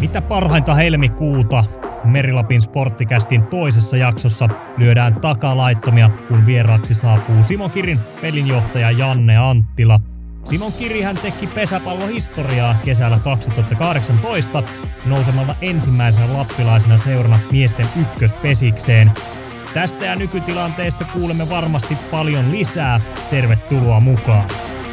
Mitä parhainta helmikuuta Merilapin Sporttikästin toisessa jaksossa lyödään takalaittomia, kun vieraaksi saapuu Simon Kirin pelinjohtaja Janne Anttila. Simon Kirihän teki pesäpallohistoriaa kesällä 2018 nousemalla ensimmäisenä lappilaisena seurana miesten ykköspesikseen. Tästä ja nykytilanteesta kuulemme varmasti paljon lisää. Tervetuloa mukaan!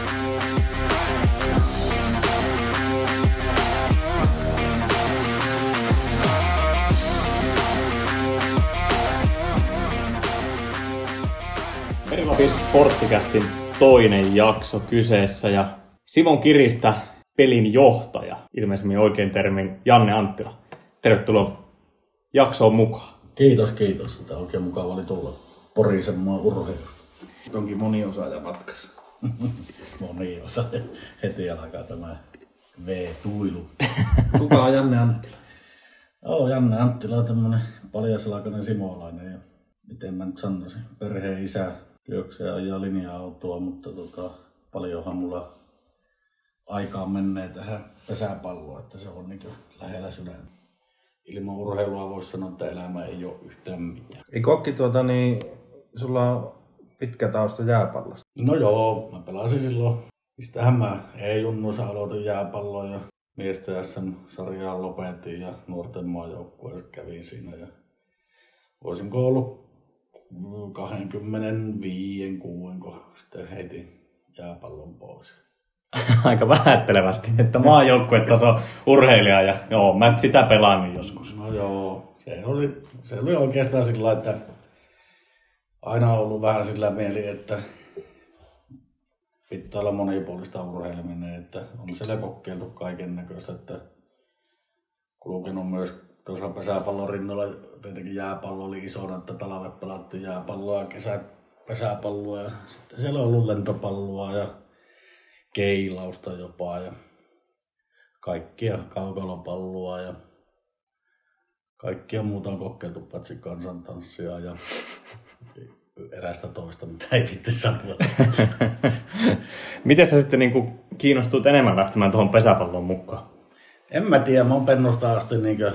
Merilapin Sporttikästin toinen jakso kyseessä ja Simon Kiristä pelin johtaja, ilmeisemmin oikein termin Janne Anttila. Tervetuloa jaksoon mukaan. Kiitos. Tämä on oikein mukava oli tulla porisemaan urheilusta. Onkin moniosaaja matkassa. Moniosaaja. Heti alkaa tämä V-tuilu. Kuka on Janne Anttila? Janne Anttila on tämmönen paljasjalkainen simolainen ja miten mä nyt sanoisin, perheen isä. Juoksee ajaa linja-autoa, mutta paljonhan mulla aikaa menee tähän pesäpalloon, että se on niin lähellä sydäntä. Ilman urheilua voisi sanoa, että elämä ei ole yhtään mitään. Ei kokki sulla on pitkä tausta jääpallosta. No joo, mä pelasin silloin. Mistähän mä junnussa aloitin jääpalloa ja miesten SM-sarjaa lopetin ja nuorten maajoukkueessa kävin siinä. Ja voisinko ollut 25, kun sitten heitin jääpallon pois. Aika vähättelevästi, että maajoukkuetaso urheilija ja joo, mä sitä pelaan joskus. No joo, se oli oikeastaan sillä, että aina ollut vähän sillä mieli, että pitää olla monipuolista urheileminen, että on siellä kokeiltu kaiken näköistä, että kulkenut myös tuossa pesäpallon rinnalla, tietenkin jääpallo oli isona, että talvet pelattiin jääpalloa ja kesät pesäpalloa ja sitten siellä on ollut lentopalloa ja keilausta jopa ja kaikkia kaukalopalloa ja kaikkia muuta on kokeiltu paitsi kansantanssia ja erästä toista, mitä ei viitti sanoa. Miten sä sitten kiinnostut enemmän lähtemään tuohon pesäpalloon mukaan? En mä tiedä, mä oon pennusta asti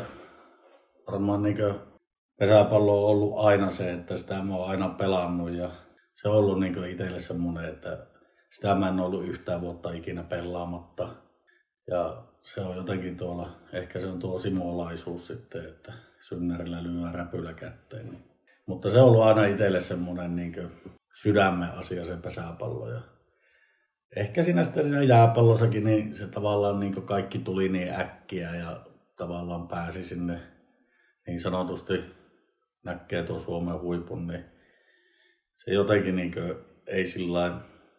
varmaan pesäpallo on ollut aina se, että sitä mä oon aina pelannut ja se on ollut itselle semmoinen, että sitä mä en ollut yhtään vuotta ikinä pelaamatta. Ja se on jotenkin ehkä se on tuo simolaisuus sitten, että synnärillä lyö räpylä kätteen. Mutta se on ollut aina itselle semmoinen sydämen asia se pesäpallo. Ja ehkä siinä jääpallossakin niin se tavallaan kaikki tuli niin äkkiä ja tavallaan pääsi sinne niin sanotusti näkee tuo Suomen huipun, niin se jotenkin ei sillain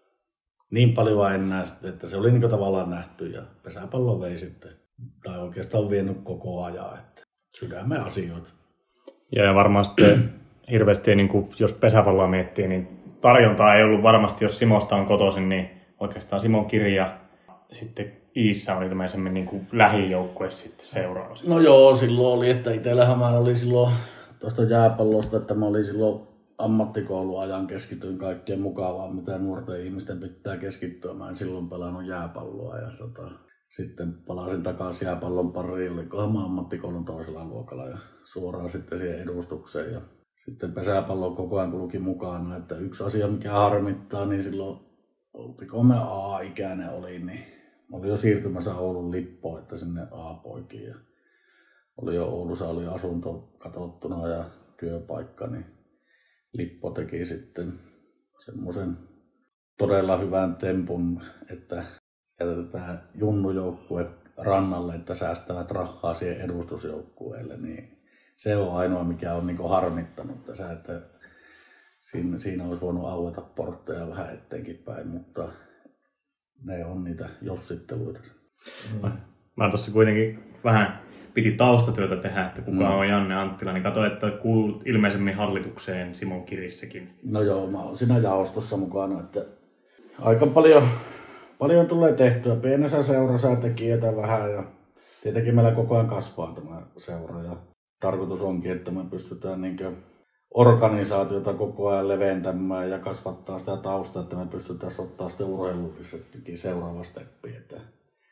niin paljon enää, että se oli tavallaan nähty ja pesäpallo vei sitten, tai oikeastaan on vienyt koko ajan, että sydämen asioita. Ja varmaan sitten hirveästi, jos pesäpalloa miettii, niin tarjontaa ei ollut varmasti, jos Simosta on kotoisin, niin oikeastaan Simon Kiri ja sitten Iissä on ilmeisemmin lähijoukkue sitten seuraavassa. No joo, silloin oli, että itsellähän mä olin silloin tuosta jääpallosta, että mä olin silloin ammattikouluajan keskityin kaikkeen mukavaan, mitä nuorten ihmisten pitää keskittyä. Mä en silloin pelannut jääpalloa ja sitten palasin takaisin jääpallon pariin, olikohan mä ammattikoulun toisella luokalla ja suoraan sitten siihen edustukseen. Ja sitten pesäpallo koko ajan kulki mukana, että yksi asia mikä harmittaa, niin silloin oltiko me A-ikäinen oli, niin mä olin jo siirtymässä Oulun Lippoon, että sinne A-poikiin. Ja oli jo Oulussa oli asunto katsottuna ja työpaikka, niin Lippo teki sitten semmoisen todella hyvän tempun, että jätetään junnujoukkue rannalle, että säästävät rahaa siihen edustusjoukkueelle. Niin se on ainoa, mikä on harmittanut tässä, että siinä olisi voinut aueta portteja vähän eteenkin päin, mutta ne on niitä jossitteluita. Mä tuossa kuitenkin vähän piti taustatyötä tehdä, että kuka on Janne Anttila, niin katsoin, että kuulut ilmeisemmin hallitukseen Simon Kirissäkin. No joo, mä oon siinä jaostossa mukana, että aika paljon tulee tehtyä. Pienessä seurassa tekijöitä vähän ja tietenkin meillä koko ajan kasvaa tämä seura ja tarkoitus onkin, että me pystytään organisaatiota koko ajan leventämään ja kasvattaa sitä taustaa, että me pystytään ottaa sitten urheilullisestikin seuraava steppi. Että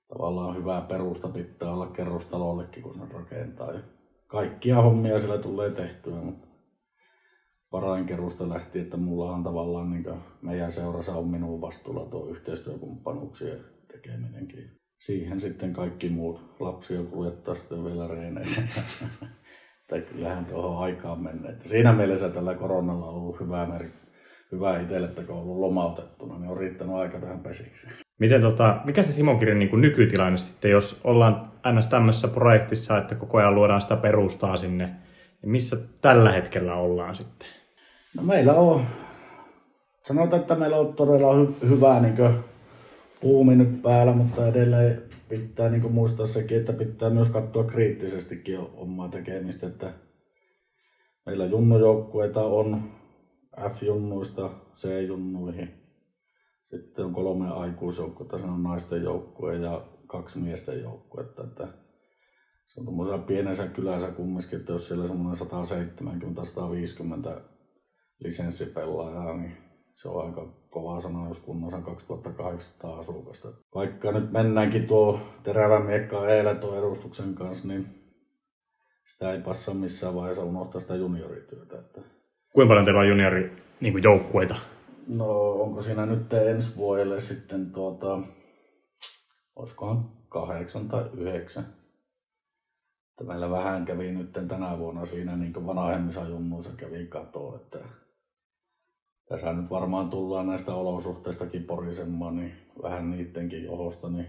tavallaan hyvä perusta pitää olla kerrostalollekin, kun se rakentaa. Ja kaikkia hommia siellä tulee tehtyä, mutta varainkeruusta lähtien, että mulla on tavallaan niin meidän seurassa on minun vastuulla tuo yhteistyökumppanuuksien tekeminenkin. Siihen sitten kaikki muut lapsia kuljettaa sitten vielä reeneissä. Tai kyllähän tuohon aikaan mennä. Että siinä mielessä tällä koronalla on ollut hyvä itselle, että kun on ollut lomautettuna, niin on riittänyt aika tähän pesiksi. Miten mikä se Simon Kirin niin kuin nykytilanne sitten, jos ollaan ns. Tämmöisessä projektissa, että koko ajan luodaan sitä perustaa sinne, niin missä tällä hetkellä ollaan sitten? No meillä on, sanotaan, että meillä on todella hyvä niin puumi nyt päällä, mutta edelleen pitää niin muistaa sekin, että pitää myös katsoa kriittisestikin omaa tekemistä, että meillä junnujoukkueita on F-junnuista C-junnuihin. Sitten on 3 aikuisjoukkuetta, se on naisten joukkue ja 2 miesten joukkuetta. Että se on tuommoisessa pienessä kylässä kumminkin, että jos siellä semmoinen 170-150 lisenssipelaajaa, niin se on aika kova sana, jos kunnossa 2800 asukasta. Vaikka nyt mennäänkin tuo terävä miekka eellä tuon edustuksen kanssa, niin sitä ei passaa missään vaiheessa unohtaa sitä juniorityötä. Että kuinka paljon teillä on juniorijoukkueita? No onko siinä nyt ensi vuodelle sitten olisikohan 8 tai 9. Että meillä vähän kävi nyt tänä vuonna siinä niin kuin vanhemmissa junnuissa kävi katoa, että tässä nyt varmaan tullaan näistä olosuhteistakin porisemaan, niin vähän niidenkin johdosta, niin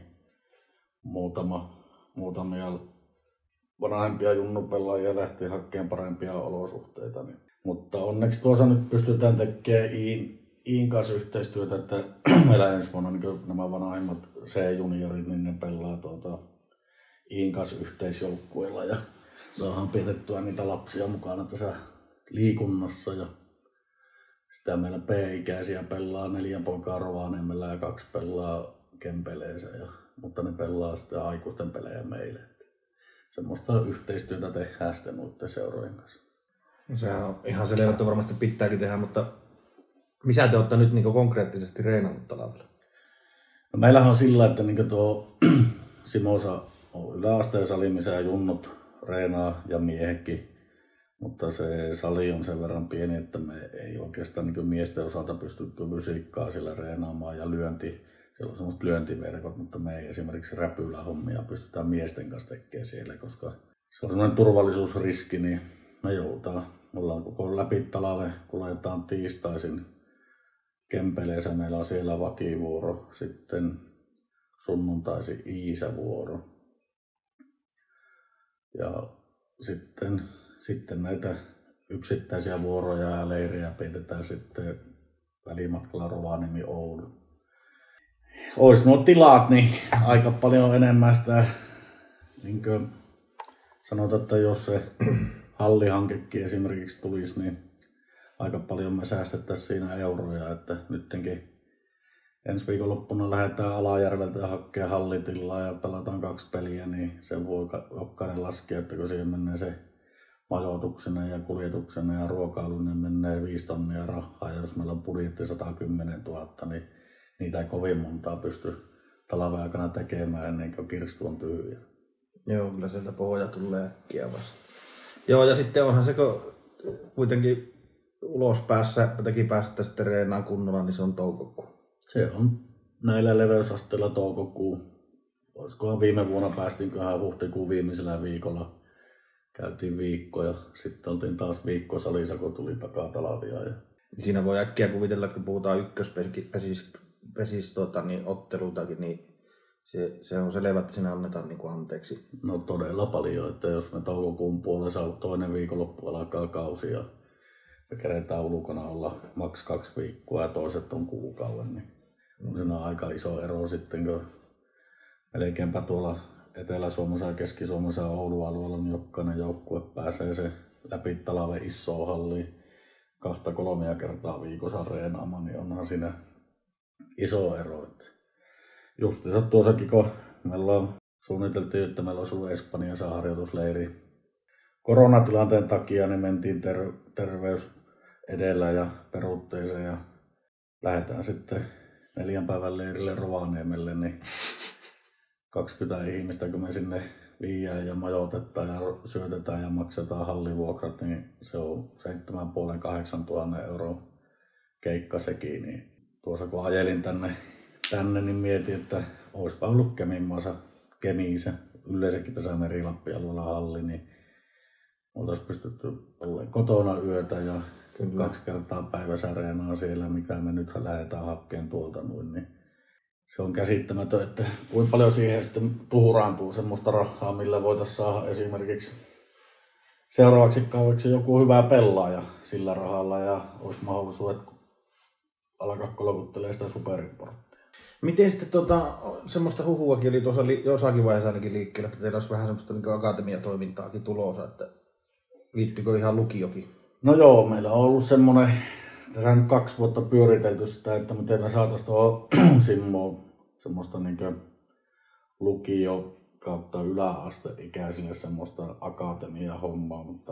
muutamia vanhempia junnupelaajia lähti hakemaan parempia olosuhteita. Niin. Mutta onneksi tuossa nyt pystytään tekemään Iin kanssa yhteistyötä, että meillä ensi vuonna niin nämä vanhemmat C-juniorit, niin ne pelaa Iin kanssa yhteisjoukkueella ja saadaan pidettyä niitä lapsia mukana tässä liikunnassa. Ja sitä meillä B-ikäisiä pelaa 4 poikaa Rovaniemellä ja 2 pelaa Kempeleensä, mutta ne pelaa sitä aikuisten pelejä meille. Semmoista yhteistyötä tehdään sitten muiden seurojen kanssa. No sehän on ihan selvä, että varmasti pitääkin tehdä, mutta missä te olette nyt niin konkreettisesti reenannut talvella? No meillähän on sillä, että niin tuo Simosa on yläasteen sali, missä junnut reenaa ja miehekin. Mutta se sali on sen verran pieni, että me ei oikeastaan niin miesten osalta pysty fysiikkaa sillä reenaamaan ja siellä on semmoiset lyöntiverkot, mutta me ei esimerkiksi räpylähommia pystytään miesten kanssa tekemään siellä, koska se on semmoinen turvallisuusriski, niin me joudutaan. Mulla on koko läpi talve, kuljetaan tiistaisin Kempeleensä, meillä on siellä vakivuoro, sitten sunnuntaisin Iisävuoro. Ja sitten näitä yksittäisiä vuoroja ja leirejä pidetään sitten välimatkalla Rovaniemi-Oulu. Ois nuo tilat, niin aika paljon enemmän sitä, niin kuin sanotaan, että jos se hallihankekin esimerkiksi tulisi, niin aika paljon me säästettäisiin siinä euroja, että nyttenkin ensi viikonloppuna lähdetään Alajärveltä ja hakkeen hallitilaa ja pelataan 2 peliä, niin se voi jokainen laskea, että kun siihen menee se majoituksena ja kuljetuksena ja ruokailuun, niin menee 5 tonnia rahaa. Ja jos meillä on budjetti 110 000, niin niitä ei kovin montaa pysty talven aikana tekemään ennen kuin kirstu on tyhjä. Joo, kyllä sieltä pohja tulee äkkiä vasta. Joo, ja sitten onhan se, kun kuitenkin ulos tekin päästä sitten reenaan kunnolla, niin se on toukokuu. Se on näillä leveysasteilla toukokuu. Olisikohan viime vuonna päästiinköhän huhtikuun viimeisellä viikolla. Käytiin viikko ja sitten oltiin taas viikko salissa, kun tuli takatalvia. Siinä voi äkkiä kuvitella, kun puhutaan niin ottelutakin, niin se on selvä, että siinä annetaan niin kuin anteeksi. No todella paljon, että jos me toukokuun puolessa toinen viikonloppu alkaa kausi ja me keretään ulkona olla maks 2 viikkoa ja toiset on kuukauden, niin on siinä aika iso ero sitten, kun melkeinpä tuolla Etelä-Suomessa ja Keski-Suomessa ja Oulun alueella niin jokainen joukkue pääsee se läpi talven isoon halliin 2-3 kertaa viikossa reenaamaan, niin onhan siinä iso ero. Justiinsa tuossakin, kun meillä suunniteltiin, että meillä olisi ollut Espanjassa harjoitusleiri koronatilanteen takia, niin mentiin terveys edellä ja peruutteeseen ja lähdetään sitten 4 päivän leirille Rovaniemelle, niin 20 ihmistä, kun me sinne viiään ja majoitetaan ja syötetään ja maksetaan hallivuokrat, niin se on 7,5–8 tuhannen euroa keikka sekin. Niin tuossa kun ajelin tänne niin mietin, että olisipa ollut Kemiissä, yleensäkin tässä Meri-Lappi-alueella halli, niin oltaisiin pystytty olemaan kotona yötä ja 2 kertaa päivässä reenaa siellä, mitä me nyt lähdetään hakkeen tuolta noin. Niin se on käsittämätön, että kuinka paljon siihen sitten tuhraantuu semmoista rahaa, millä voitaisiin saada esimerkiksi seuraavaksi kaueksi joku hyvä pelaaja sillä rahalla ja olisi mahdollisuus alkaa kolkuttelemaan sitä superimporttia. Miten sitten semmoista huhuakin oli tuossa jossakin vaiheessa ainakin liikkeellä, että teillä olisi vähän semmoista niin akatemiatoimintaakin tulossa, että liittyykö ihan lukiokin? No joo, meillä on ollut semmoinen, tässä on 2 vuotta pyöritelty sitä, että miten me saataisiin tuohon Simmoon semmoista niin lukio kautta yläasteikäisille semmoista akatemia-hommaa, mutta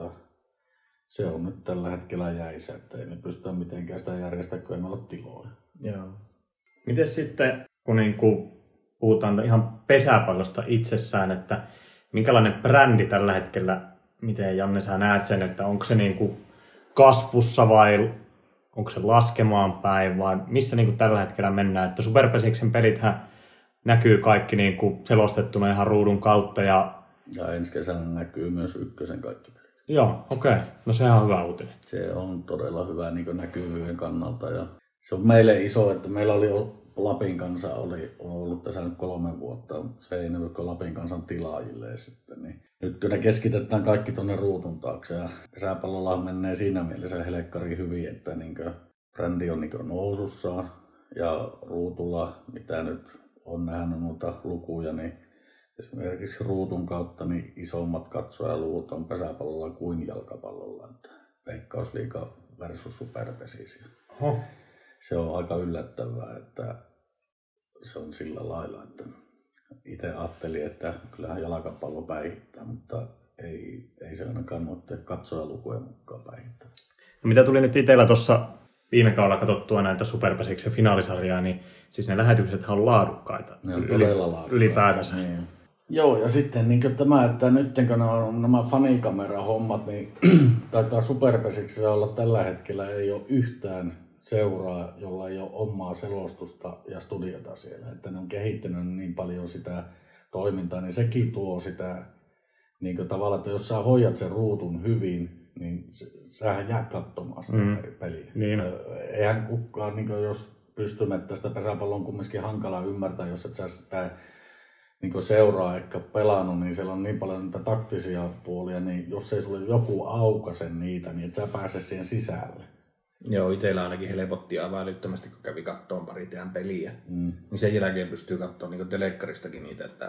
se on nyt tällä hetkellä jäissä, että ei me pystytä mitenkään sitä järjestämään, kun ei meillä ole tiloja. Joo. Miten sitten, kun puhutaan ihan pesäpallosta itsessään, että minkälainen brändi tällä hetkellä, miten Janne sä näet sen, että onko se kasvussa vai onko se laskemaan päin vai missä tällä hetkellä mennään, että Superpesiksen pelithän näkyy kaikki selostettuna ihan ruudun kautta ja ensi kesänä näkyy myös Ykkösen kaikki pelit. Joo, okei. No sehän on hyvä uutinen. Se on todella hyvä näkyvyyden kannalta ja se on meille iso, että meillä oli Lapin kanssa on ollut tässä nyt 3 vuotta, mutta se ei näy Lapin kansan tilaajille sitten. Niin nyt kun ne keskitetään kaikki tuonne ruutun taakse ja pesäpallolla menee siinä mielessä helkkari hyvin, että brändi on nousussa ja ruutulla, mitä nyt on nähnyt noita lukuja, niin esimerkiksi ruutun kautta niin isommat katsojaluvut on pesäpallolla kuin jalkapallolla, että Veikkausliiga versus Superpesis. Se on aika yllättävää, että se on sillä lailla, että itse ajattelin, että kyllähän jalkapallo päihittää, mutta ei se ainakaan noiden katsojalukujen mukaan päihittää. No mitä tuli nyt itsellä tuossa viime kaudella katsottua näitä Superpesiksen finaalisarjaa, niin siis ne lähetykset on laadukkaita. Ne on todella laadukkaita. Ylipäätänsä. Niin. Joo, ja sitten tämä, että nyt kun nämä fanikamera-hommat, niin taitaa Superpesiksessä olla tällä hetkellä ei ole yhtään seuraa, jolla ei ole omaa selostusta ja studiota siellä. Että ne on kehittänyt niin paljon sitä toimintaa, niin sekin tuo sitä tavallaan, että jos sä hoidat sen ruutun hyvin, niin sähän jäät katsomaan sitä peliä. Niin. Eihän kukaan, jos pystymättä pesäpallon on kumminkin hankala ymmärtää, jos et sä sitä seuraa eikä pelannut, niin siellä on niin paljon niitä taktisia puolia, niin jos ei sulle joku aukaise niitä, niin et sä pääse siihen sisälle. Joo, itsellä ainakin helpotti aivan älyttömästi, kun kävi kattoon pari teidän peliä. Niin sen jälkeen pystyy katsomaan telekkaristakin niitä, että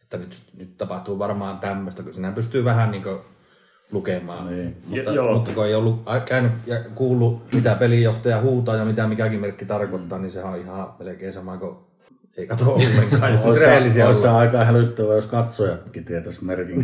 nyt tapahtuu varmaan tämmöistä, kun sinä pystyy vähän lukemaan. Niin. Mutta kun ei ollut käynyt ja kuullut, mitä pelijohtaja huutaa ja mitä mikäkin merkki tarkoittaa, niin sehän on ihan melkein sama kuin ei katso ollenkaan. Olisi se aika hälyttävää, jos katsojatkin tietäisi merkin.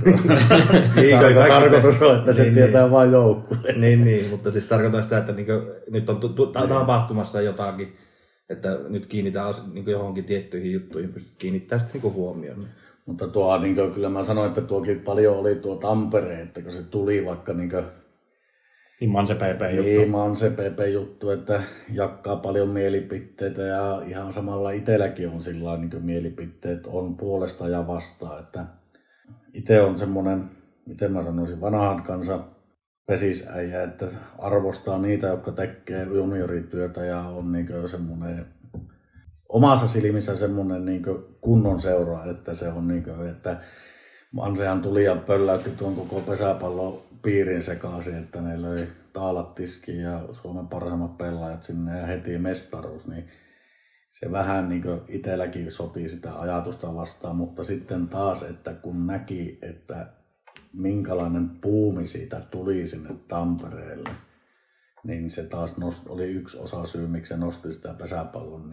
Tarkoitus on, että se tietää vain joukkueen. Niin, mutta siis tarkoitan sitä, että nyt on tapahtumassa jotakin, että nyt kiinnitään johonkin tiettyihin juttuihin, pystyt kiinnittämään sitten huomioon. Mutta kyllä mä sanoin, että tuokin paljon oli tuo Tampere, että kun se tuli vaikka Manse PP-juttu. Niin, Manse PP-juttu, että jakaa paljon mielipiteitä ja ihan samalla itselläkin on sillä mielipiteet on puolesta ja vastaan. Että itse on semmoinen, miten mä sanoisin, vanhan kansan pesisäijä, että arvostaa niitä, jotka tekee juniorityötä ja on semmoinen omassa silmissä semmoinen kunnon seura, että se on että Mansehan tuli ja pölläytti tuon koko pesäpallon piirin sekaisin, että ne löi taalat tiskiin ja Suomen parhaimmat pelaajat sinne ja heti mestaruus, niin se vähän itselläkin sotii sitä ajatusta vastaan, mutta sitten taas, että kun näki, että minkälainen buumi siitä tuli sinne Tampereelle, niin se taas oli yksi osa syy, miksi se nosti sitä pesäpallon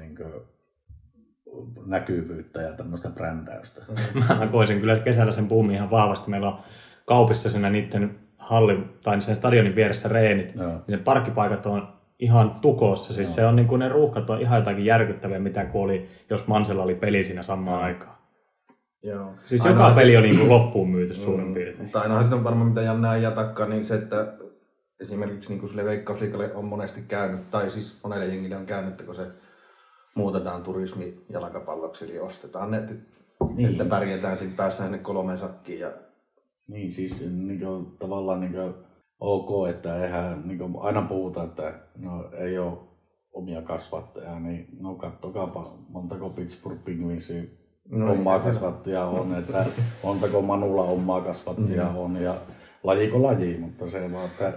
näkyvyyttä ja tämmöistä brändäystä. Mä koisin kyllä kesällä sen boomin ihan vahvasti. Meillä on kaupissa siinä niiden hallin tai sen stadionin vieressä reenit. Niin ne parkkipaikat on ihan tukossa. Siis se on ne ruuhkat on ihan jotakin järkyttäviä, mitä kun oli, jos Mansella oli peli siinä samaan aikaan. Joo. Siis joka peli on niin loppuun myyty suurin piirtein. Mutta ainahan siinä on varmaan mitä Janne ajaa takaa, niin se, että esimerkiksi niin sille Veikkausliigalle on monesti käynyt, tai siis monelle jengille on käynyt, että kun se muutetaan turismi jalkapalloksi, eli ostetaan ne, että pärjätään, sitten päästään sinne 3 sakkiin. Ja... Niin siis niin kuin, tavallaan niin kuin, ok, että eihän, niin kuin aina puhutaan, että no, ei ole omia kasvattajia, niin no kattokaapa montako Pittsburgh Penguinsia omaa kasvattajaa on, että montako Manulla omaa kasvattajaa on ja lajiko laji, mutta se vaan, että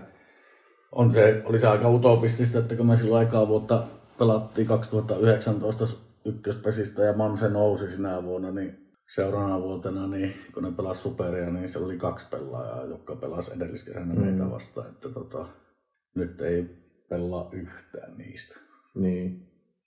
oli se aika utopistista, että kun me silloin aikaa vuotta pelattiin 2019 ykköspesistä ja Manse nousi sinä vuonna, niin seuraavana vuotena, niin kun ne pelasi superia, niin se oli 2 pelaajaa, jotka pelasi edelliskesänä meitä vastaan, että nyt ei pelaa yhtään niistä. Niin.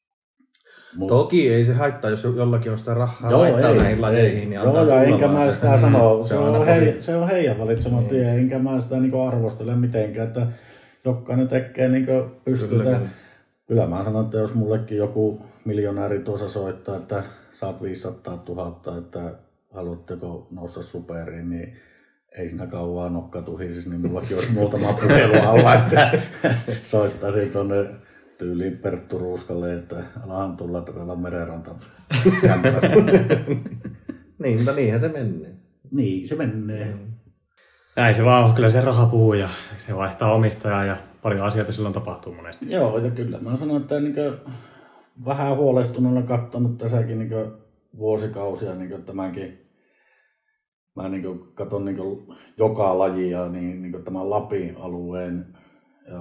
Toki ei se haittaa, jos jollakin on sitä rahaa laittaa näihin lajeihin. Niin joo, ja enkä mä sitä sano, se on heidän valitsema tie, enkä mä sitä niinku arvostele mitenkään, että jokainen tekee niinku pystytä. Kyllä mä sanon, että jos mullekin joku miljonääri tuossa soittaa, että saat 500 000, että haluatteko nousta superiin, niin ei siinä kauaa nokka tuhisis, niin mullakin olisi muutama puhelu alla, että soittaisin tuonne tyyliin Perttu Ruuskalle, että alahan tulla, että täällä on merenranta kämpässä. Niin, mutta niinhän se menee. Niin, se menee. Näin se vaan, kyllä se raha puhuu ja se vaihtaa omistajaa ja paljon asioita silloin tapahtuu monesti. Joo, ja kyllä mä sanon, että vähän huolestuneena katsonut tässäkin vuosikausia tämänkin. Mä katson joka lajia, niin tämän Lapin alueen ja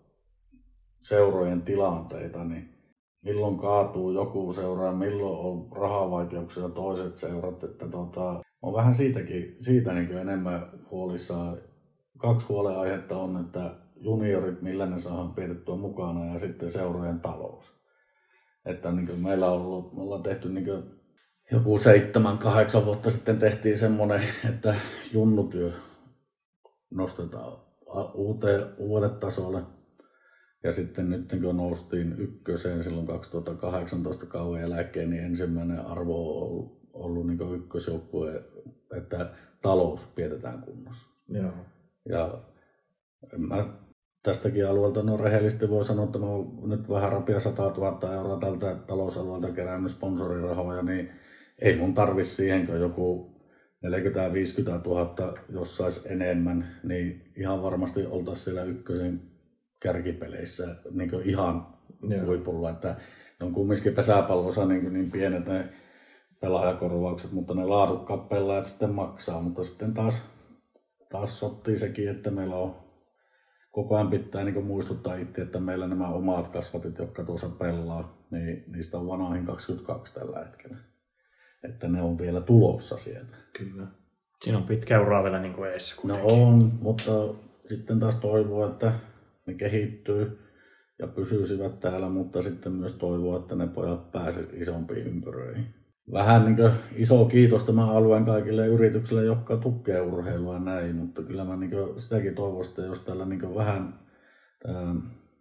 seurojen tilanteita, niin milloin kaatuu joku seura ja milloin on rahavaikeuksia toiset seurat, että on vähän siitä enemmän huolissaan. 2 huolenaihetta on, että juniorit, millä ne saadaan pidettyä mukana ja sitten seurojen talous. Että me ollaan tehty joku 7-8 vuotta sitten tehtiin semmoinen, että junnutyö nostetaan uudelle tasolle. Ja sitten nyt kun noustiin ykköseen silloin 2018 kauden jälkeen, niin ensimmäinen arvo on ollut ykkösjoukkue, että talous pidetään kunnossa. Joo. Ja mä tästäkin alueelta rehellisesti voi sanoa, että mä oon nyt vähän rapia 100 000 euroa tältä talousalueelta kerännyt sponsorirahoja, niin ei mun tarvitse siihen, kun joku 40-50 000, jos sais enemmän, niin ihan varmasti oltaisiin siellä ykkösen kärkipeleissä ihan huipulla, että ne on kumminkin pesäpallossa niin pienet ne pelaajakorvaukset, mutta ne laadukkaat pelaajat sitten maksaa, mutta sitten taas sottii sekin, että meillä on koko ajan pitää muistuttaa itse, että meillä nämä omat kasvatit, jotka tuossa pelaa, niin niistä on vanhoihin 22 tällä hetkellä. Että ne on vielä tulossa sieltä. Kyllä. Siinä on pitkä ura vielä edessä. No on, mutta sitten taas toivoo, että ne kehittyy ja pysyisivät täällä, mutta sitten myös toivoo, että ne pojat pääsevät isompiin ympyröihin. Vähän iso kiitos tämän alueen kaikille yrityksille, jotka tukee urheilua näin, mutta kyllä mä sitäkin toivon, että jos täällä vähän tämä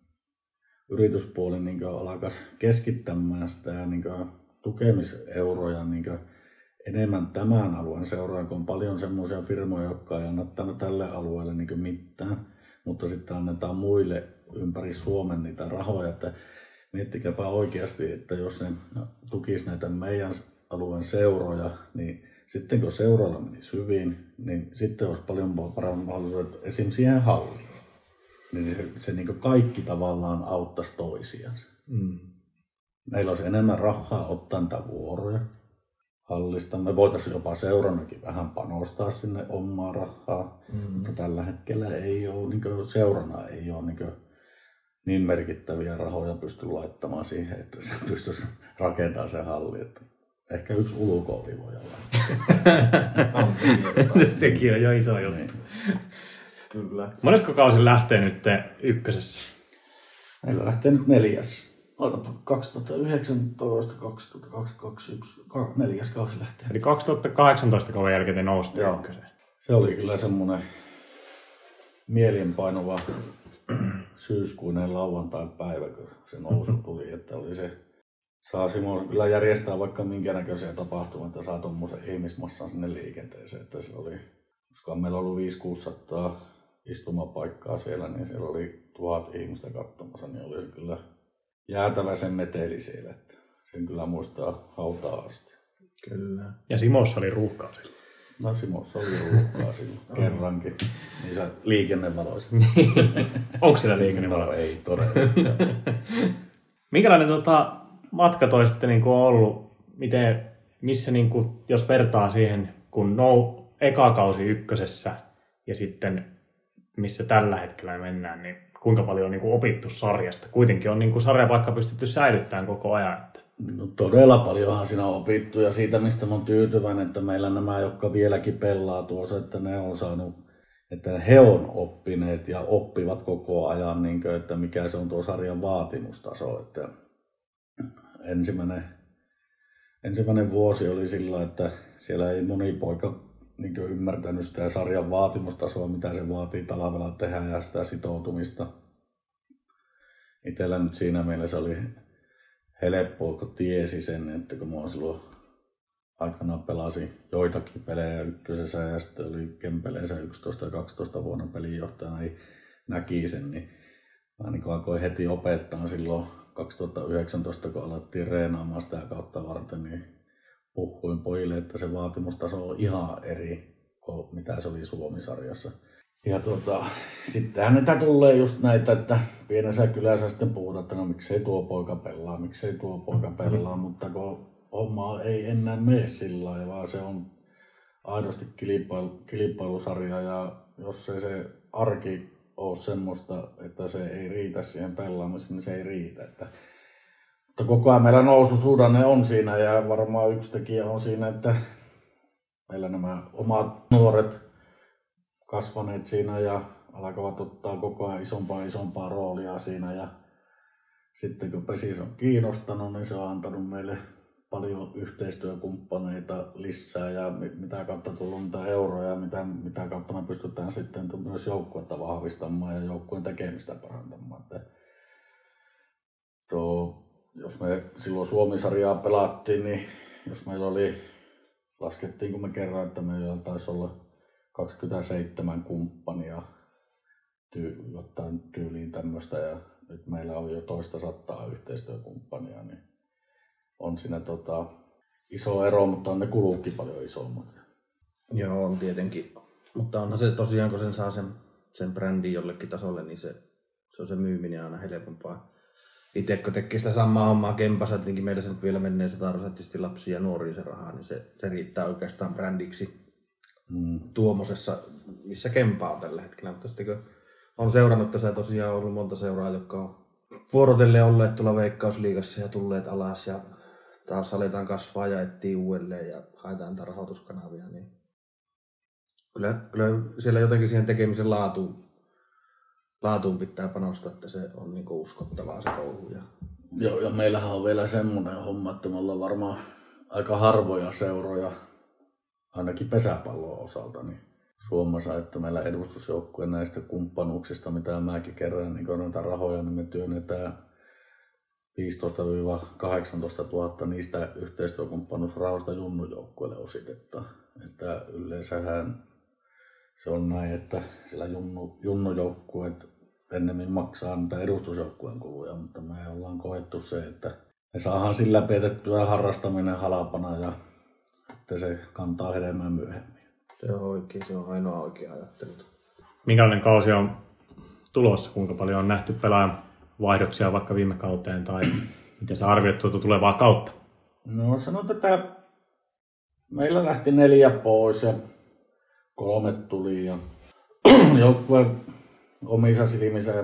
yrityspuoli alkaisi keskittämään sitä tukemiseuroja enemmän tämän alueen seuraa, kun on paljon semmoisia firmoja, jotka ei anna tälle alueelle mitään, mutta sitten annetaan muille ympäri Suomen niitä rahoja, että miettikääpä oikeasti, että jos ne tukisi näitä meidän alueen seuroja, niin sitten kun seuroilla menisi hyvin, niin sitten olisi paljon paremmat mahdollisuudet esimerkiksi siihen halliin. Niin se kaikki tavallaan auttaisi toisiansa. Meillä olisi enemmän rahaa ottaa niitä vuoroja hallista. Me voitaisiin jopa seuranakin vähän panostaa sinne omaa rahaa, mutta tällä hetkellä ei ole, seurana ei ole niin merkittäviä rahoja pysty laittamaan siihen, että se pystyisi rakentamaan se halli. Että ehkä yksi ulkooli voi olla. Sekin on jo iso juttu. Kyllä. Monesko kausi lähtee nyt ykkösessä? Meillä lähtee nyt 4. 2019, 2021, 4. kausi lähtee. Eli 2018 kauden jälkeen te nousitte ykköseen. Se oli kyllä semmoinen mielenpainuva syyskuinen lauantai-päivä, kun se nousu tuli, että oli se saa Simo kyllä järjestää vaikka minkä näköisiä tapahtumia, että saa tuommoisen ihmismassan sinne liikenteeseen. Että siellä oli, koska meillä on ollut 500-600 istumapaikkaa siellä, niin siellä oli 1000 ihmistä katsomassa, niin oli se kyllä jäätävä sen meteli siellä. Että sen kyllä muistaa hautaa asti. Kyllä. Ja Simossa oli ruuhkaa silloin. No Simossa oli ruuhkaa silloin kerrankin. Niissä liikennevaloissa. Onko siellä liikennevaloja? No ei todellakaan. Minkälainen matka toi sitten niinku on ollut? Missä niinku, jos vertaa siihen, kun eka kausi ykkösessä ja sitten missä tällä hetkellä mennään, niin kuinka paljon on niinku opittu sarjasta? Kuitenkin on niinku sarjapaikka pystytty säilyttämään koko ajan. No todella paljonhan siinä on opittu ja siitä mistä mä oon tyytyväinen, että meillä nämä, jotka vieläkin pelaa tuossa, että ne on saanut, että he on oppineet ja oppivat koko ajan, niin kuin, että mikä se on tuo sarjan vaatimustaso. Että ensimmäinen vuosi oli sillä, että siellä ei moni poika niin kuin ymmärtänyt sitä sarjan vaatimustasoa, mitä se vaatii talvella tehdä ja sitä sitoutumista. Itsellä nyt siinä mielessä oli helppoa, kun tiesi sen, että kun mä silloin aikanaan pelasin joitakin pelejä ykkösessä ja sitten oli Kempeleensä 11 ja 12 vuonna pelinjohtajana, niin näki sen, niin mä niin alkoin heti opettaa silloin 2019, kun alettiin reenaamaan sitä kautta varten, niin puhuin pojille, että se vaatimustaso on ihan eri kuin mitä se oli Suomi-sarjassa. Ja sittenhän niitä tulee just näitä, että pienessä kylässä sitten puhutaan, että no miksei tuo poika pelaa, mutta kun homma ei enää mene sillä lailla, vaan se on aidosti kilpailusarja ja jos ei se arki ole semmoista, että se ei riitä siihen pelaamiseen, niin se ei riitä. Mutta koko ajan meillä noususuhdanne on siinä ja varmaan yksi tekijä on siinä, että meillä nämä omat nuoret kasvaneet siinä ja alkavat ottaa koko ajan isompaa roolia siinä ja sitten kun Pesis on kiinnostanut, niin se on antanut meille paljon yhteistyökumppaneita lisää ja mitä kautta tullut niitä euroja, mitä kautta me pystytään sitten myös joukkuetta vahvistamaan ja joukkueen tekemistä parantamaan. Jos me silloin Suomi-sarjaa pelattiin, niin jos meillä laskettiin kun me kerran, että meillä taisi olla 27 kumppania jotain tyyliin tämmöistä ja nyt meillä on jo toista 100 yhteistyökumppania, niin on siinä iso ero, mutta on ne kuluukin paljon isommat. Joo, on tietenkin. Mutta onhan se tosiaan, kun sen saa sen brändin jollekin tasolle, niin se on se myyminen aina helpompaa. Itse kun tekee sitä samaa hommaa Kempassa, tietenkin meillä se vielä menee 100% lapsia ja nuoria se rahaa, niin se riittää oikeastaan brändiksi tuommoisessa, missä Kempa on tällä hetkellä. Mutta sitten kun on seurannut tässä tosiaan ollut monta seuraa, jotka on vuorotellen olleet tuolla Veikkausliigassa ja tulleet alas ja taas aletaan kasvaa ja etsii uudelleen ja haetaan niitä rahoituskanavia, niin kyllä siellä jotenkin siihen tekemisen laatuun pitää panostaa, että se on niinku uskottavaa se touhu. Joo, ja meillähän on vielä semmoinen homma, että me ollaan varmaan aika harvoja seuroja, ainakin pesäpallon osalta, niin Suomessa, että meillä edustusjoukkue näistä kumppanuuksista, mitä mäkin kerran, niin noita rahoja, niin me työnnetään 15 000 – 18 000 niistä yhteistyökumppanuusrahoista junnujoukkueelle ositetaan. Että yleensähän se on näin, että sillä junnujoukkueet ennemmin maksaa niitä edustusjoukkueen kuluja, mutta me ollaan koettu se, että me saadaan sillä pidettyä harrastaminen halpana ja sitten se kantaa hedelmää myöhemmin. Se on oikein, se on ainoa oikea ajattelu. Minkälainen kausi on tulossa? Kuinka paljon on nähty pelaajan vaihdoksia vaikka viime kauteen tai miten sä arvioit tuota tulevaa kautta? No sanotaan, että meillä lähti 4 pois ja 3 tuli ja joukkueen omissa silmissä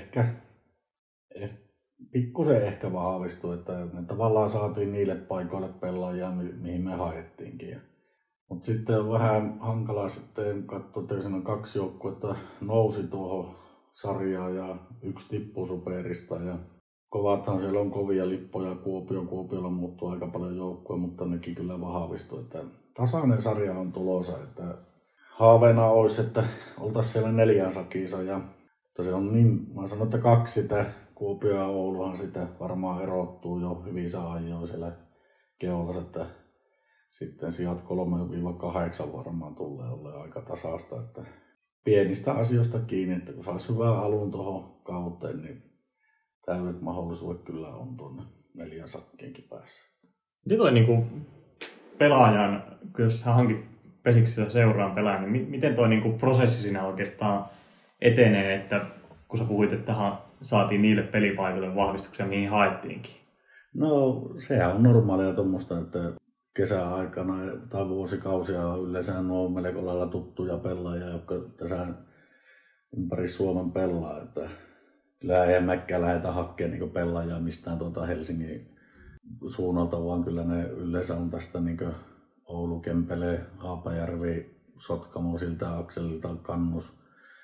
pikkusen ehkä vahvistui, että me tavallaan saatiin niille paikoille pelaajia, mihin me haettiinkin. Mutta sitten on vähän hankalaa sitten katsoa, että siinä on 2 joukkuetta nousi tuohon sarjaan ja 1 tippui Superista. Ja kovathan siellä on kovia lippoja, Kuopiolla muuttuu aika paljon joukkoja, mutta nekin kyllä vahvistui. Että tasainen sarja on tulossa, että haaveena olisi, että oltaisiin siellä 4 sakissa. Ja se on niin, mä sanon, että 2 sitä Kuopio ja Ouluhan sitä varmaan erottuu jo hyvissä ajoin siellä Keolassa, että sitten sijat 3-8 varmaan tulee olemaan aika tasasta, että pienistä asioista kiinni, että kun saisi hyvän alun tuohon kauteen, niin täydet mahdollisuudet kyllä on tuonne 4 sakkienkin päässä. Miten toi niinku pelaajan, jos sä hankit Pesiksessä seuraan pelaajan, niin miten toi niinku prosessi siinä oikeastaan etenee, että kun sä puhuit, että saatiin niille pelipaikoille vahvistuksia, mihin haettiinkin? No sehän on normaalia tuommoista, että kesäaikana tai vuosikausia yleensä on melko lailla tuttuja pelaajia, jotka tässä ympäri Suomen pelaa. Että kyllä ei mäkkään lähdetä hakemaan niin pelaajia mistään Helsingin suunnalta, vaan kyllä ne yleensä on tästä niin Oulu, Kempele, Haapajärvi, Sotkamo, siltä akselilta, Kannus,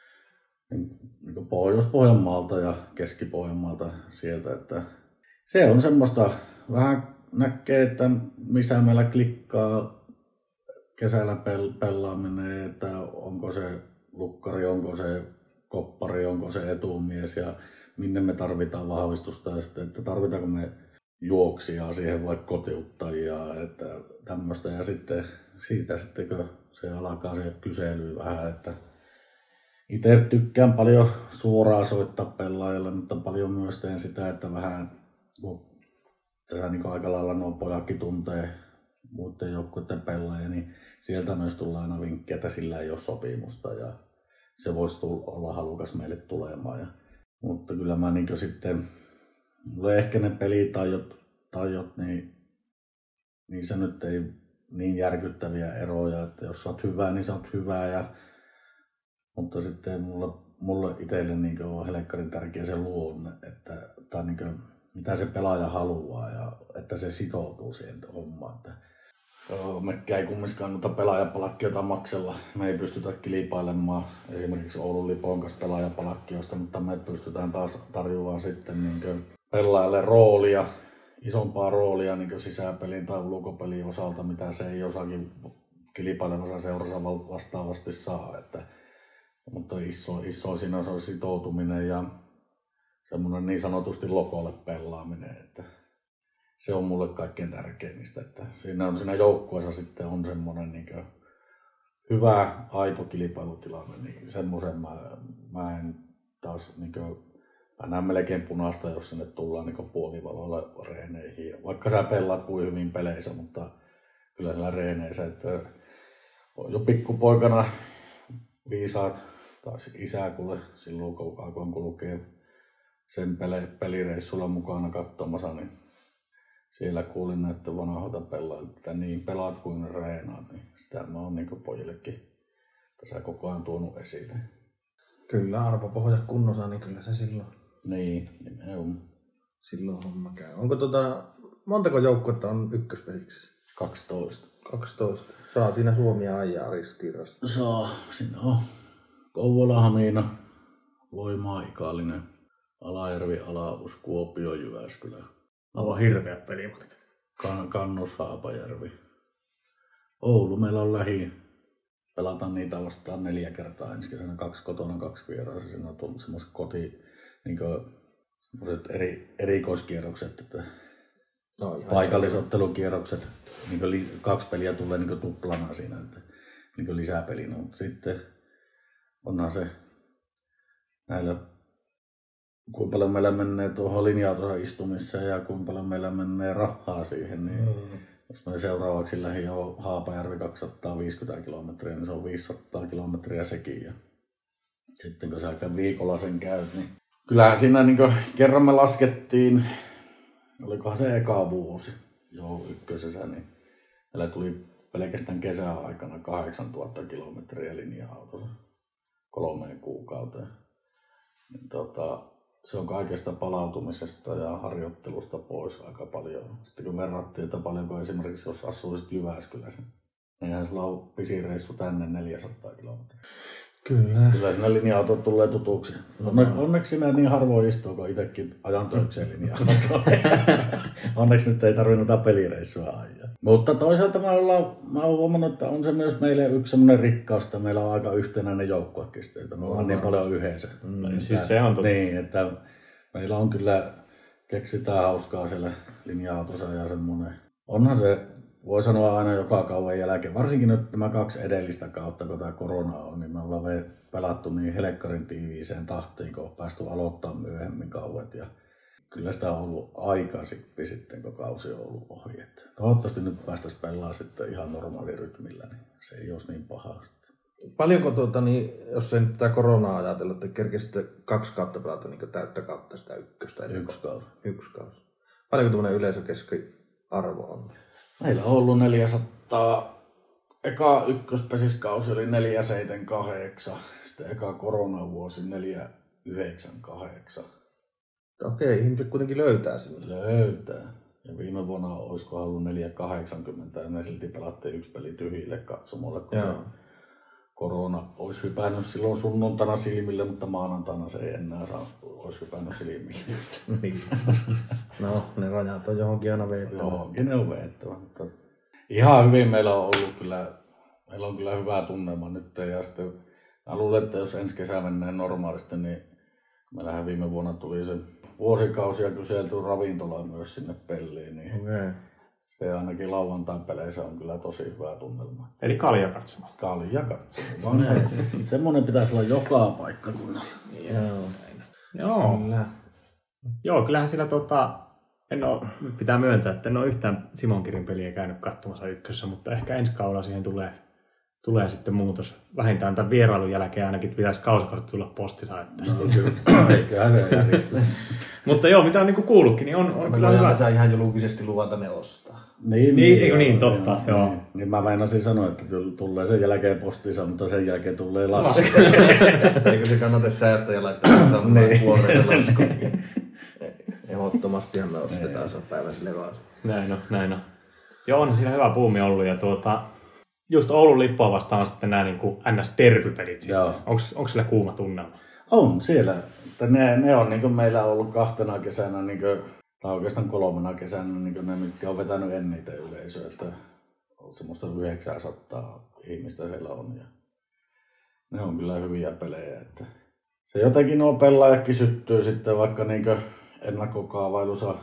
niin Pohjois-Pohjanmaalta ja Keski-Pohjanmaalta sieltä. Että se on semmoista, vähän näkee, että missä meillä klikkaa kesällä pelaaminen, että onko se lukkari, onko se koppari, onko se etumies ja minne me tarvitaan vahvistusta ja sitten, että tarvitaanko me juoksijaa siihen vai kotiuttajia, että tämmöistä ja sitten siitä sitten kun se alkaa se kysely vähän, että itse tykkään paljon suoraan soittaa pelaajalle, mutta paljon myös teen sitä, että vähän kun tässä niin aika lailla nuo pojatkin tuntee muiden joukkueiden pelaajia, niin sieltä myös tulee aina vinkkejä, että sillä ei ole sopimusta ja se voisi olla halukas meille tulemaan. Mutta kyllä mä niin sitten, mulle ehkä ne pelitajot niin se nyt ei niin järkyttäviä eroja, että jos sä oot hyvä, niin sä oot hyvä. Mutta sitten mulle itselle niin on helkkarin tärkeä se luonne, että tai niin mitä se pelaaja haluaa ja että se sitoutuu siihen hommaan. Mekkä ei kumminkaan noita pelaajapalkkioita maksella. Me ei pystytä kilpailemaan esimerkiksi Oulun Lipon kanssa pelaajapalkkioista, mutta me pystytään taas tarjoamaan sitten niin pelaajalle roolia, isompaa roolia niin sisäpelin tai ulkopelin osalta, mitä se ei jossakin kilpailevassa seurassa vastaavasti saa. Mutta iso siinä on sitoutuminen ja semmoinen niin sanotusti lokolle pelaaminen, että se on mulle kaikkein tärkeimmistä, että siinä joukkueessa sitten on semmoinen niin hyvä, aito kilpailutilanne, niin semmoisen mä en taas niin mä näen melkein punaista, jos sinne tullaan niin puolivaloilla reeneihin, vaikka sä pelaat kuin hyvin peleissä, mutta kyllä siellä reeneissä, että on jo pikkupoikana viisaat, taas isä kuule silloin kun alkoin kulkea sen pelireissulla mukana katsomassa, niin siellä kuulin näitä vanhoilta pelaajilta, että niin pelaat kuin reenaat, niin sitä mä oon niin pojillekin tässä koko ajan tuonut esille. Kyllä, arvopohja kunnossa, niin kyllä se silloin. Niin, silloin homma käy. Onko montako joukkuetta on ykköspeliksissä? 12. 12. Saa siinä Suomia ajaa ristirasta. Saa, siinä on Kouvola, Hamina, Loimaa, Ikaalinen, Alajärvi, Alavus, Kuopio, Jyväskylä. Aivan hirveät pelimatkat. Kannus, Haapajärvi. Oulu meillä on lähi. Pelataan niitä vastaan 4 kertaa ensi kesänä, 2 kotona, 2 vieraassa. Siinä on semmoiset semmoiset erikoiskierrokset, että paikallisottelukierrokset. 2 peliä tulee tuplana siinä, että lisäpelinä. Mutta sitten onhan se näillä, kuinka paljon meillä menee tuohon linja-autossa istumiseen ja kuinka paljon meillä menee rahaa siihen, niin jos me seuraavaksi lähdin jo Haapajärvi 250 kilometriä, niin se on 500 kilometriä sekin. Ja sitten kun sä viikolla sen käyt, niin kyllähän siinä kerran me laskettiin, olikohan se eka vuosi jo ykkösessä, niin meillä tuli pelkästään kesäaikana 8000 kilometriä linja-autossa 3 kuukauteen. Niin se on kaikesta palautumisesta ja harjoittelusta pois aika paljon. Sitten kun verrattiin, että paljonko esimerkiksi jos asuisit Jyväskylässä, niin eihän sulla ole pisin reissu tänne 400 kilometriä. Kyllä siinä linja-auto tulee tutuksi. Onneksi siinä niin harvoin istuu, kun itsekin ajan töikseen linja-autoon. Onneksi nyt ei tarvitse pelireissua ajaa. Mutta toisaalta mä oon huomannut, että on se myös meille yksi semmoinen rikkaus, että meillä on aika yhtenäinen joukkuekin. Me ollaan niin paljon yhdessä. Siis se on totta. Niin, että meillä on kyllä, keksitään hauskaa siellä linja-autossa ja semmoinen. Onhan se, voi sanoa aina joka kauan jälkeen, varsinkin nyt tämä 2 edellistä kautta, kun tämä korona on, niin me ollaan pelattu niin helekkarin tiiviiseen tahtiin, kun on päästy aloittaa myöhemmin kauet. Ja kyllä sitä on ollut aika sippi sitten, kun kausi on ollut ohi. Että toivottavasti nyt päästäisiin pelaamaan sitten ihan normaalirytmillä, niin se ei olisi niin paha sitten. Paljonko, jos ei nyt tätä koronaa ajatella, että kerkesitte 2 kautta pelata niin täyttä kautta sitä ykköstä? 1 kausi. 1 kausi. Paljonko tämmöinen yleisökeskiarvo on? Meillä on ollut 400. Eka ykköspesiskausi oli 478. Sitten eka koronavuosi 498. Okei, ihmiset kuitenkin löytää sinne. Löytää. Ja viime vuonna olisiko ollut 480 ja me silti pelattiin 1 peli tyhjille katsomolle, kun se korona olisi hypännyt silloin sunnuntaina silmille, mutta maanantaina se ei enää olisi hypännyt silmille. Niin. No, ne rajat on johonkin aina veettävä. Johonkin ne on veettävä. Mutta ihan hyvin meillä on ollut kyllä, meillä on kyllä hyvä tunnelma nyt. Ja sitten mä luulen, että jos ensi kesä mennään normaalisti, niin meillähän viime vuonna tuli se vuosikausia kyselty ravintola myös sinne peliin, niin se ainakin lauantai-peleissä on kyllä tosi hyvä tunnelma. Eli kaljakatsomo. Kaljakatsomo. Semmoinen pitäisi olla joka paikkakunnalla. Joo. Joo, kyllähän sillä nyt pitää myöntää, että en ole yhtään Simon Kirin peliä käynyt katsomassa ykkössä, mutta ehkä ensi kaudella siihen tulee sitten muutos. Vähintään tämän vierailun jälkeen ainakin pitäisi kausikortti tulla postissa. Että. No kyllä, eiköhän se järjestys. Mutta joo, mitä on niinku kuullutkin, niin on kyllä hyvä. Saa ihan julkisesti luvata ne ostaa. Niin, totta. Joo. Niin mä meinasin sanoa, että tulee sen jälkeen postissa, mutta sen jälkeen tulee lasku. Eikö se kannata säästä ja laittaa samaan vuoreita laskuun? Ehdottomastihan me ostetaan se päivän sille vaan. Näin on. Joo, on siinä hyvä buumi ollut ja just Oulun Lippua vastaan on sitten nämä niin NS-derbypelit sitten. Onko sillä kuuma tunnelma? On siellä. Ne on niin meillä ollut 2 kesänä, tai oikeastaan 3 kesänä, ne mitkä on vetänyt eniten yleisöä. Että on semmoista 900 ihmistä siellä on. Ja ne on kyllä hyviä pelejä. Että se jotenkin nuo pelaajatkin syttyy sitten, vaikka ennakkokaavailussa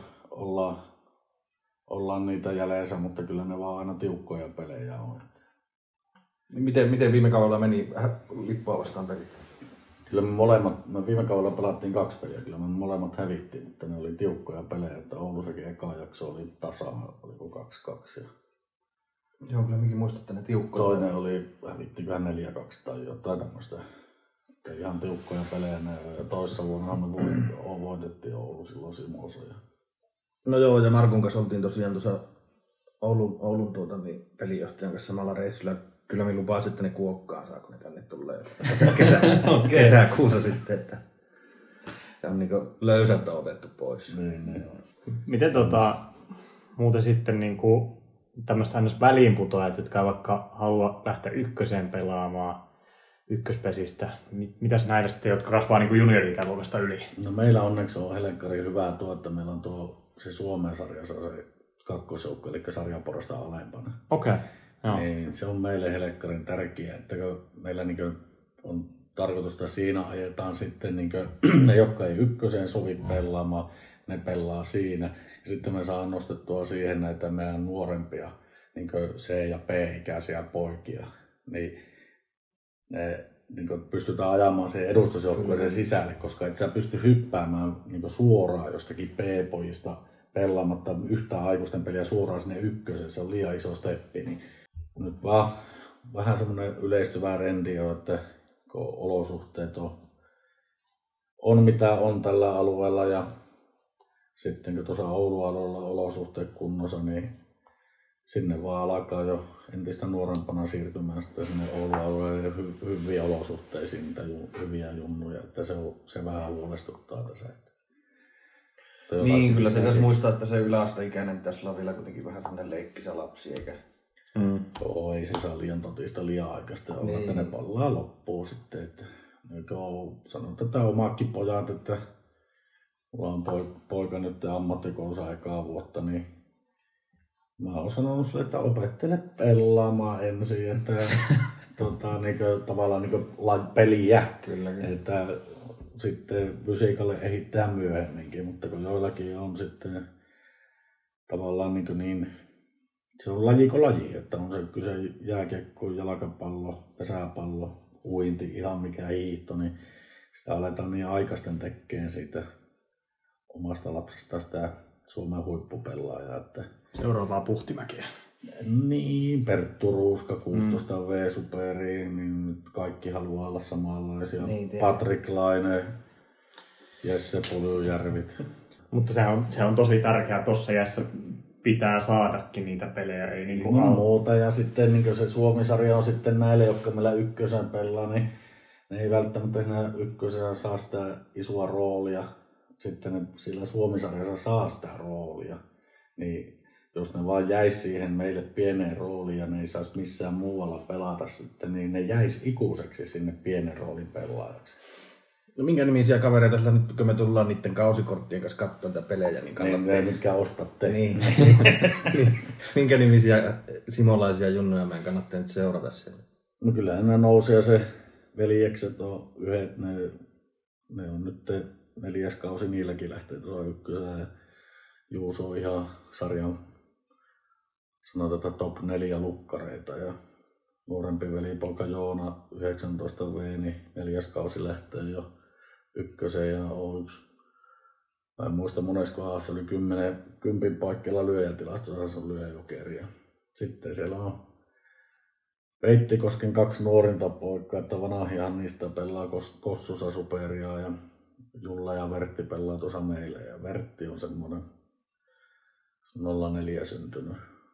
ollaan niitä jäljessä, mutta kyllä ne vaan aina tiukkoja pelejä on. Miten viime kaudella meni Lippua vastaan pelit? Kyllä me viime kaudella pelattiin 2 peliä, kyllä me molemmat hävittiin, mutta ne oli tiukkoja pelejä, että Oulussakin eka jakso oli tasaa, oliko 2-2. Joo, kyllä minkin muistatte ne tiukkoja. Toinen oli, hävittiköhän 4-2 tai jotain tämmöistä. Että ihan tiukkoja pelejä ne, ja toissa vuonna me voitettiin Oulu silloin Simossa. No joo, ja Markun kanssa oltiin tosiaan tuossa Oulun pelijohtajan kanssa samalla reissulla. Kyllä me lupasin, että ne kuokkaan saa, kun ne tänne tulee kesäkuussa sitten, että se on niinku löysältä otettu pois. Niin. Miten muuten sitten niinku tämmöistä aina väliinputoajat, jotka ei vaikka halua lähteä ykköseen pelaamaan ykköspesistä, mitäs näitä sitten, jotka kasvaa niinku juniori-ikäluokasta yli? No meillä onneksi on helkkari hyvää että meillä on se Suomen sarjassa se kakkosjoukko, eli sarjaporasta alempana. Okei. Niin se on meille helkkarin tärkeää, että meillä on tarkoitus, että siinä ajetaan sitten ne, jotka ei ykköseen sovi pelaamaan, ne pelaa siinä. Ja sitten me saadaan nostettua siihen näitä meidän nuorempia C- ja B-ikäisiä poikia. Niin ne pystytään ajamaan sen edustusjoukkueen sisälle, koska et sä pysty hyppäämään suoraan jostakin B-pojista pelaamatta yhtään aikuisten peliä suoraan sinne ykköseen. Se on liian iso steppi. Niin nyt vaan vähän semmoinen yleistyvä rendi on, että kun olosuhteet on mitä on tällä alueella ja sitten kun tuossa Oulun alueella olosuhteet kunnossa, niin sinne vaan alkaa jo entistä nuorempana siirtymään sitten sinne Oulun alueelle ja hyviä olosuhteisiin, niitä hyviä junnuja, että se vähän huolestuttaa tässä. Niin, kyllä se pitäisi muistaa, että se yläasteikäinen pitäisi olla vielä kuitenkin vähän semmoinen leikkisä lapsi, eikä... Ei se saa liian totista liian aikaista olla, että ne pallaa loppuun sitten. Että, sanon tätä omaakin pojat, että mulla on poika nyt ammattikoulussa ekaa vuotta, niin mä oon sanonut sille, että opettele pelaamaan ensin, että tavallaan peliä. Kyllä. Että sitten fysiikalle ehittää myöhemminkin, mutta kun joillakin on sitten tavallaan niin se on lajiko laji, että on se kyse jääkiekko, jalkapallo, pesäpallo, uinti, ihan mikä hiihto, niin sitä aletaan niin aikaisten tekemään siitä omasta lapsesta sitä Suomen huippupelaajaa. Että seuraavaa Puhtimäkeä. Niin, Perttu Ruuska, 16 V-superi, niin nyt kaikki haluaa olla samanlaisia. Niin, Patrik Laine, Jesse Puljujärvit. Mutta se on tosi tärkeää tuossa iässä pitää saadakin niitä pelejä. Ei niin muuta. Ja sitten niin se Suomi-sarja on sitten näille, jotka meillä ykkösen pelaa, niin ne ei välttämättä siinä ykkösessä saa sitä isoa roolia. Sitten ne sillä Suomi-sarjassa saa sitä roolia. Niin jos ne vaan jäisi siihen meille pieneen rooliin ja ne ei saisi missään muualla pelata sitten, niin ne jäisi ikuiseksi sinne pienen roolin pelaajaksi. No minkä nimisiä kavereita sillä nyt, kun me tullaan niiden kausikorttien kanssa katsomaan tätä pelejä, niin kannattaa... Niin, mitkä ostatte. Niin. Minkä nimisiä simolaisia junnuja meidän kannattaa nyt seurata sieltä? No kyllä ne nousi ja se veljekset on yhdet, ne on nyt 4. kausi niilläkin lähtee tuossa ykkösellä. Ja Juuso on ihan sarjan, sanotaan top 4 lukkareita ja nuorempi velipoika Joona 19 V, niin 4. kausi lähtee jo ykköseen ja on yksi. Mä en muista moneskohan se oli 10 paikkeilla lyöjätilastossa, se on lyöjäjokeria. Sitten siellä on Veittikosken 2 nuorinta poikaa, että vanhahan niistä pelaa Kossusa Superia ja Julla ja Vertti pelaa tuossa meillä ja Vertti on semmoinen 04 syntynyt.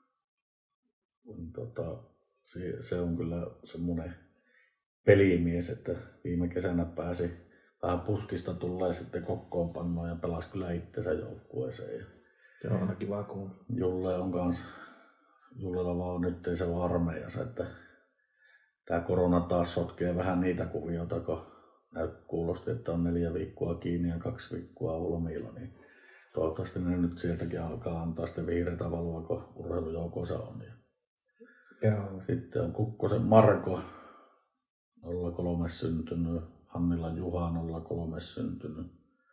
Se on kyllä semmoinen pelimies, että viime kesänä pääsi vähän puskista tulee sitten kokoonpanoon ja pelasi kyllä itsensä joukkueeseen. Se on aina kiva kuulla. Julle on kans, Jullella vaan nyt ei se ole armeijassa, että tämä korona taas sotkee vähän niitä kuvioita, kun kuulosti, että on 4 viikkoa kiinni ja 2 viikkoa lomilla, niin toivottavasti ne nyt sieltäkin alkaa antaa sitten vihreätä valoa, kun urheilujoukossa on. Joo. Sitten on Kukkosen Marko, 03 syntynyt, Hannila Juha, 03 syntynyt.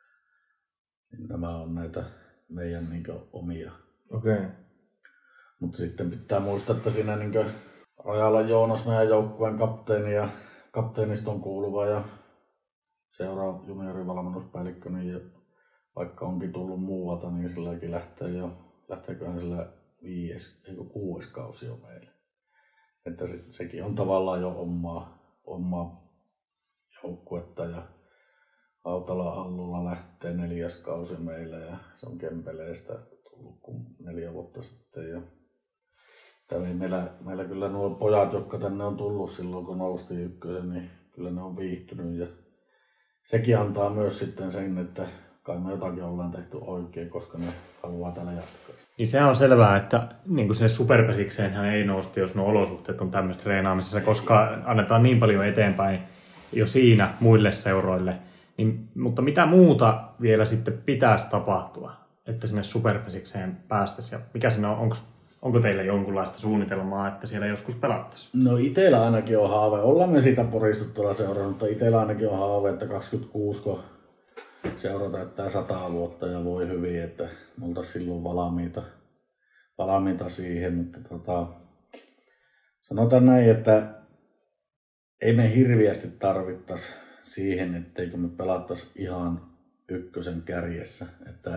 Nämä on näitä meidän omia. Okei. Mutta sitten pitää muistaa, että siinä Rajala Joonas, meidän joukkueen kapteeni ja kapteeniston kuuluva ja seuraa juniorivalmennuspäällikkö, niin vaikka onkin tullut muualta, niin silläkin lähteeköhän sillä 6. kausi jo meille. Että sekin on tavallaan jo omaa joukkuetta ja Hautala Allulla lähtee 4. kausi meille ja se on Kempeleestä tullut 4 vuotta sitten. Ja meillä kyllä nuo pojat, jotka tänne on tullut silloin kun noustiin ykkösen, niin kyllä ne on viihtynyt ja sekin antaa myös sitten sen, että kai me jotakin ollaan tehty oikein, koska ne haluaa täällä jatkaa. Niin se on selvää, että niin sinne superpesikseen hän ei nousta, jos nuo olosuhteet on tämmöistä treenaamisessa, koska annetaan niin paljon eteenpäin jo siinä muille seuroille. Niin, mutta mitä muuta vielä sitten pitäisi tapahtua, että sinne superpesikseen päästäisiin? Ja mikä siinä on, onko teillä jonkunlaista suunnitelmaa, että siellä joskus pelattaisiin? No itsellä ainakin on haave. Ollaan me siitä poristuttuilla seurannut, mutta itsellä ainakin on haave, että 26 kun seura täyttää 100 vuotta ja voi hyvin, että me oltaisiin silloin valmiita siihen. Mutta sanotaan näin, että ei me hirviästi tarvittaisi siihen, etteikö me pelattaisi ihan ykkösen kärjessä. Että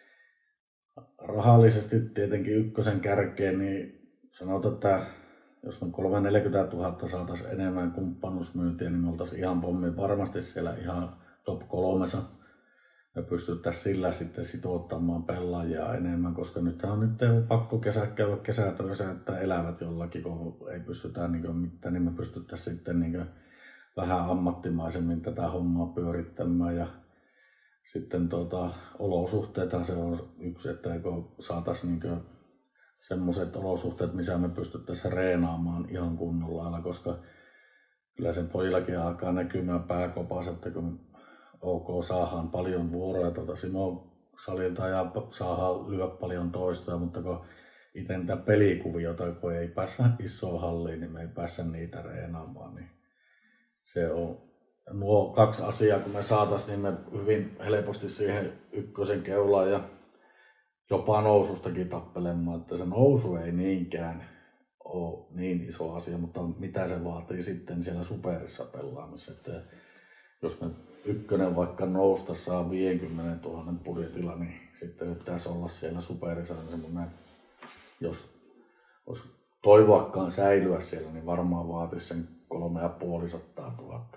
rahallisesti tietenkin ykkösen kärkeen, niin sanotaan, että jos me 340 000 saataisiin enemmän kumppanuusmyyntiä, niin me oltaisiin ihan pommin varmasti siellä ihan top 3. Ja pystyttäisiin sillä sitten sitouttamaan pelaajia enemmän, koska nythän on pakko käydä kesätöissä, että elävät jollakin, kun ei pystytä mitään, niin me pystyttäisiin sitten vähän ammattimaisemmin tätä hommaa pyörittämään. Ja sitten olosuhteethan se on yksi, että kun saataisiin semmoiset olosuhteet, missä me pystyttäisiin reenaamaan ihan kunnolla, koska kyllä sen pojillakin alkaa näkymään pääkopassa, että kun OK saadaan paljon vuoroja Simo salilta ja saadaan lyödä paljon toistoja, mutta kun itse niitä pelikuviota, kun ei päässä isoon halliin, niin me ei päässä niitä reenaamaan, niin se on nuo 2 asiaa, kun me saataisiin, niin me hyvin helposti siihen ykkösen keulaan ja jopa nousustakin tappelemaan, että se nousu ei niinkään ole niin iso asia, mutta mitä se vaatii sitten siellä superissa pelaamisessa. Että jos me ykkönen vaikka nousta saa 50 000 budjetilla, niin sitten se pitäisi olla siellä superissa semmoinen, jos toivoakaan säilyä siellä, niin varmaan vaatisi sen 350 000.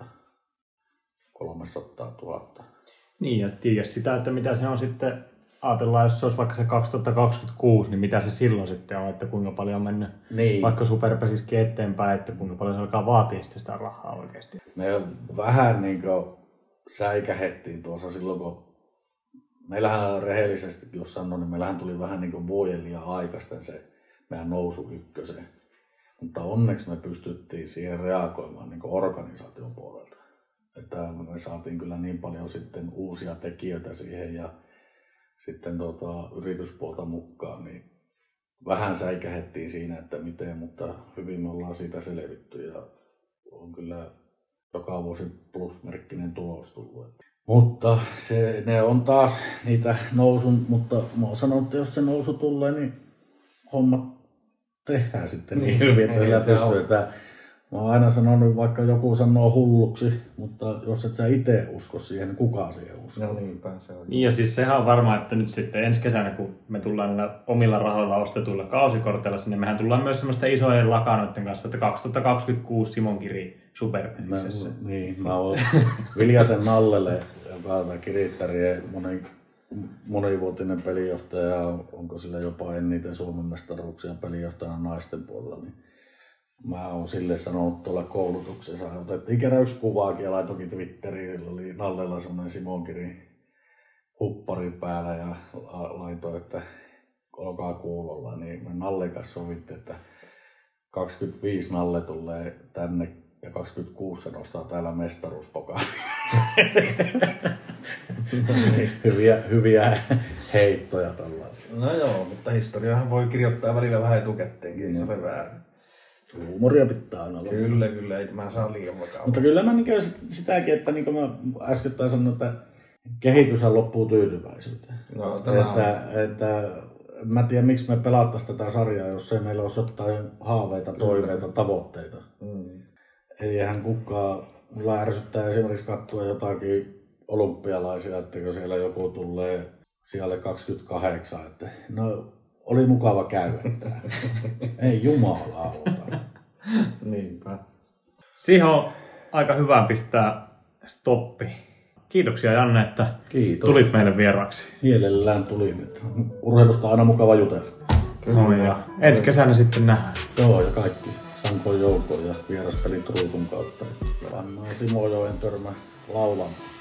300 000. Niin, ja tiedä sitä, että mitä se on sitten, ajatellaan, jos se olisi vaikka se 2026, niin mitä se silloin sitten on, että kuinka paljon on mennyt Niin. vaikka superpesiskin eteenpäin, että kuinka paljon se alkaa vaatia sitä rahaa oikeasti. Me vähän niin kuin säikähettiin tuossa silloin, kun meillähän rehellisesti, jos sanoo, niin meillähän tuli vähän niin kuin vuoden liian aikaisten se meidän nousu ykköseen. Mutta onneksi me pystyttiin siihen reagoimaan niin kuin organisaation puolelta. Että me saatiin kyllä niin paljon sitten uusia tekijöitä siihen ja sitten yrityspuolta mukaan, niin vähän säikähettiin siinä, että miten, mutta hyvin me ollaan siitä selvitty ja on kyllä joka vuosi plusmerkkinen tulos tullut. Mutta ne on taas niitä nousun, mutta mä oon sanonut, että jos se nousu tulee, niin hommat tehdään sitten niin hyvin, että sillä pystyy. Mä oon aina sanonut, vaikka joku sanoo hulluksi, mutta jos et sä itse usko siihen, niin kukaan siihen uskoo. No niinpä, se on. Niin ja siis sehän on varmaa, että nyt sitten ensi kesänä, kun me tullaan näillä omilla rahoilla ostetuilla kausikorteilla sinne, mehän tullaan myös semmoista isojen lakanoiden kanssa, että 2026 Simon Kiri Superpeliksessä. Niin, mä oon Viljasen Nallelle, joka on kirittärien monivuotinen pelijohtaja, onko sillä jopa eniten Suomen mestaruuksia pelijohtajana naisten puolella, niin mä oon sille sanonut tuolla koulutuksessa, otettiin kerran yksi kuvaakin ja laitoinkin Twitteriin, oli Nallella semmoinen Simon Kiri huppari päällä ja laitoin, että olkaa kuulolla, niin me Nallen kanssa sovittiin, että 25 Nalle tulee tänne ja 26 se nostaa täällä mestaruuspokaa. hyviä heittoja tällä. No joo, mutta historiahan voi kirjoittaa välillä vähän etukätteenkin, ei se ole väärin. Huumoria pitää aina olla. Kyllä, ei tämä saa liian vakavaa. Mutta kyllä mä sitäkin, että niin kuin mä äskettäin sanoin, että kehityshän loppuu tyytyväisyyteen. No, että mä en tiedä, miksi me pelattaisiin tätä sarjaa, jos ei meillä olisi jotain haaveita, toiveita, tavoitteita. Eihän kukaan, mulla ärsyttää esimerkiksi katsoa jotakin olympialaisia, että kun siellä joku tulee sijalle 28, että no oli mukava käydä täällä. Ei jumalauta. Niinpä. Siihen on aika hyvä pistää stoppi. Kiitoksia Janne, että tulit meille vieraaksi. Mielellään tulin. Että urheilusta on aina mukava jutella. No, ja ensi kesänä sitten nähdään. Joo, ja kaikki Sankoon joukkoon ja vieraspelit Ruukun kautta. Pannaan Simojoen törmä laulamaan.